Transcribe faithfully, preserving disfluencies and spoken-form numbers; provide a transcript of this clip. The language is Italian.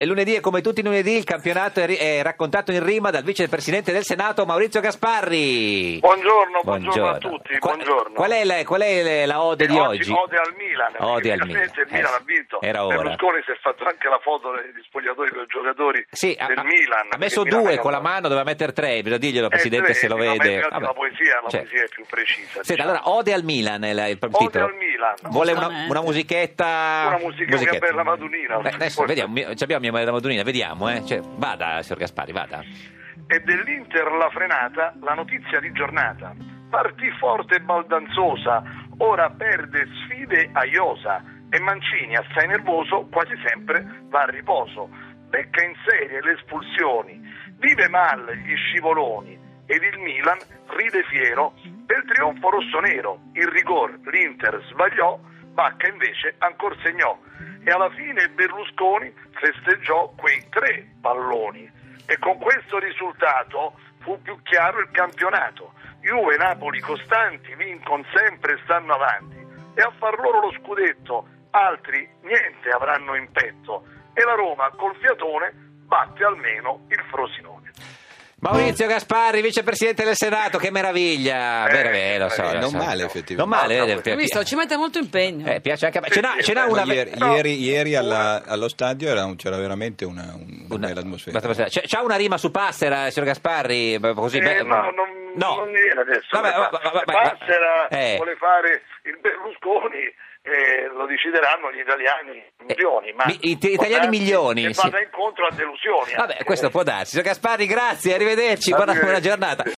E lunedì, e come tutti i lunedì, il campionato è, ri- è raccontato in rima dal vicepresidente del Senato Maurizio Gasparri. Buongiorno, buongiorno, a tutti, Qua- buongiorno. Qual è la, qual è la ode E di oggi? Ode al Milan. Ode al Milan. Il Milan Eh, ha vinto. era ora. Berlusconi si è fatto anche la foto degli spogliatori con i giocatori Sì, del ha, Milan. ha messo perché il due Milan con la è- mano, doveva mettere tre, bisogna dirglielo, Eh, Presidente, tre, se lo no, ma vede. infatti Vabbè. la poesia, la Cioè, poesia è più precisa. Senta, diciamo. allora, ode al Milan è il, il Ode titolo. al Milan. Vuole una, Giustamente. una musichetta? Una musica, una bella madunina. Beh, adesso vediamo, mi- ci abbiamo mia madunina, vediamo, eh. Cioè, vada, signor Gasparri, vada. E dell'Inter la frenata, la notizia di giornata. Partì forte e baldanzosa, ora perde sfide a Iosa e Mancini, assai nervoso, quasi sempre va a riposo. Becca in serie le espulsioni, vive male gli scivoloni ed il Milan ride fiero del trionfo rossonero. Il rigor l'Inter sbagliò, Bacca invece ancor segnò e alla fine Berlusconi festeggiò quei tre palloni. E con questo risultato fu più chiaro il campionato. Juve e Napoli costanti vincono sempre e stanno avanti. E a far loro lo scudetto altri niente avranno in petto. E la Roma col fiatone batte almeno il Frosinone. Maurizio Gasparri, vicepresidente del Senato, che meraviglia! Eh, Vero, vero, lo so, eh, lo non so. male, effettivamente. Non male, No, vede, no, pi- Ho visto, ci mette molto impegno. eh, piace anche a me. Ce n'ha, Sì, ce n'ha sì, una... Ma ieri, No. ieri, ieri alla- allo stadio era un- c'era veramente una, un- una una- bella atmosfera. C'è, c'ha una rima su Passera, signor Gasparri? Così, Eh, beh, no, non, no. non mi viene adesso. Vabbè, Ma- vabbè, vabbè, Passera eh. vuole fare il Berlusconi, eh, lo decideranno gli italiani milioni, ma mi- it- italiani può darsi milioni, che sì. vada incontro a delusioni. Vabbè, anche. questo può darsi. Signor Gasparri, grazie, arrivederci, buona, Arrivederci. buona giornata.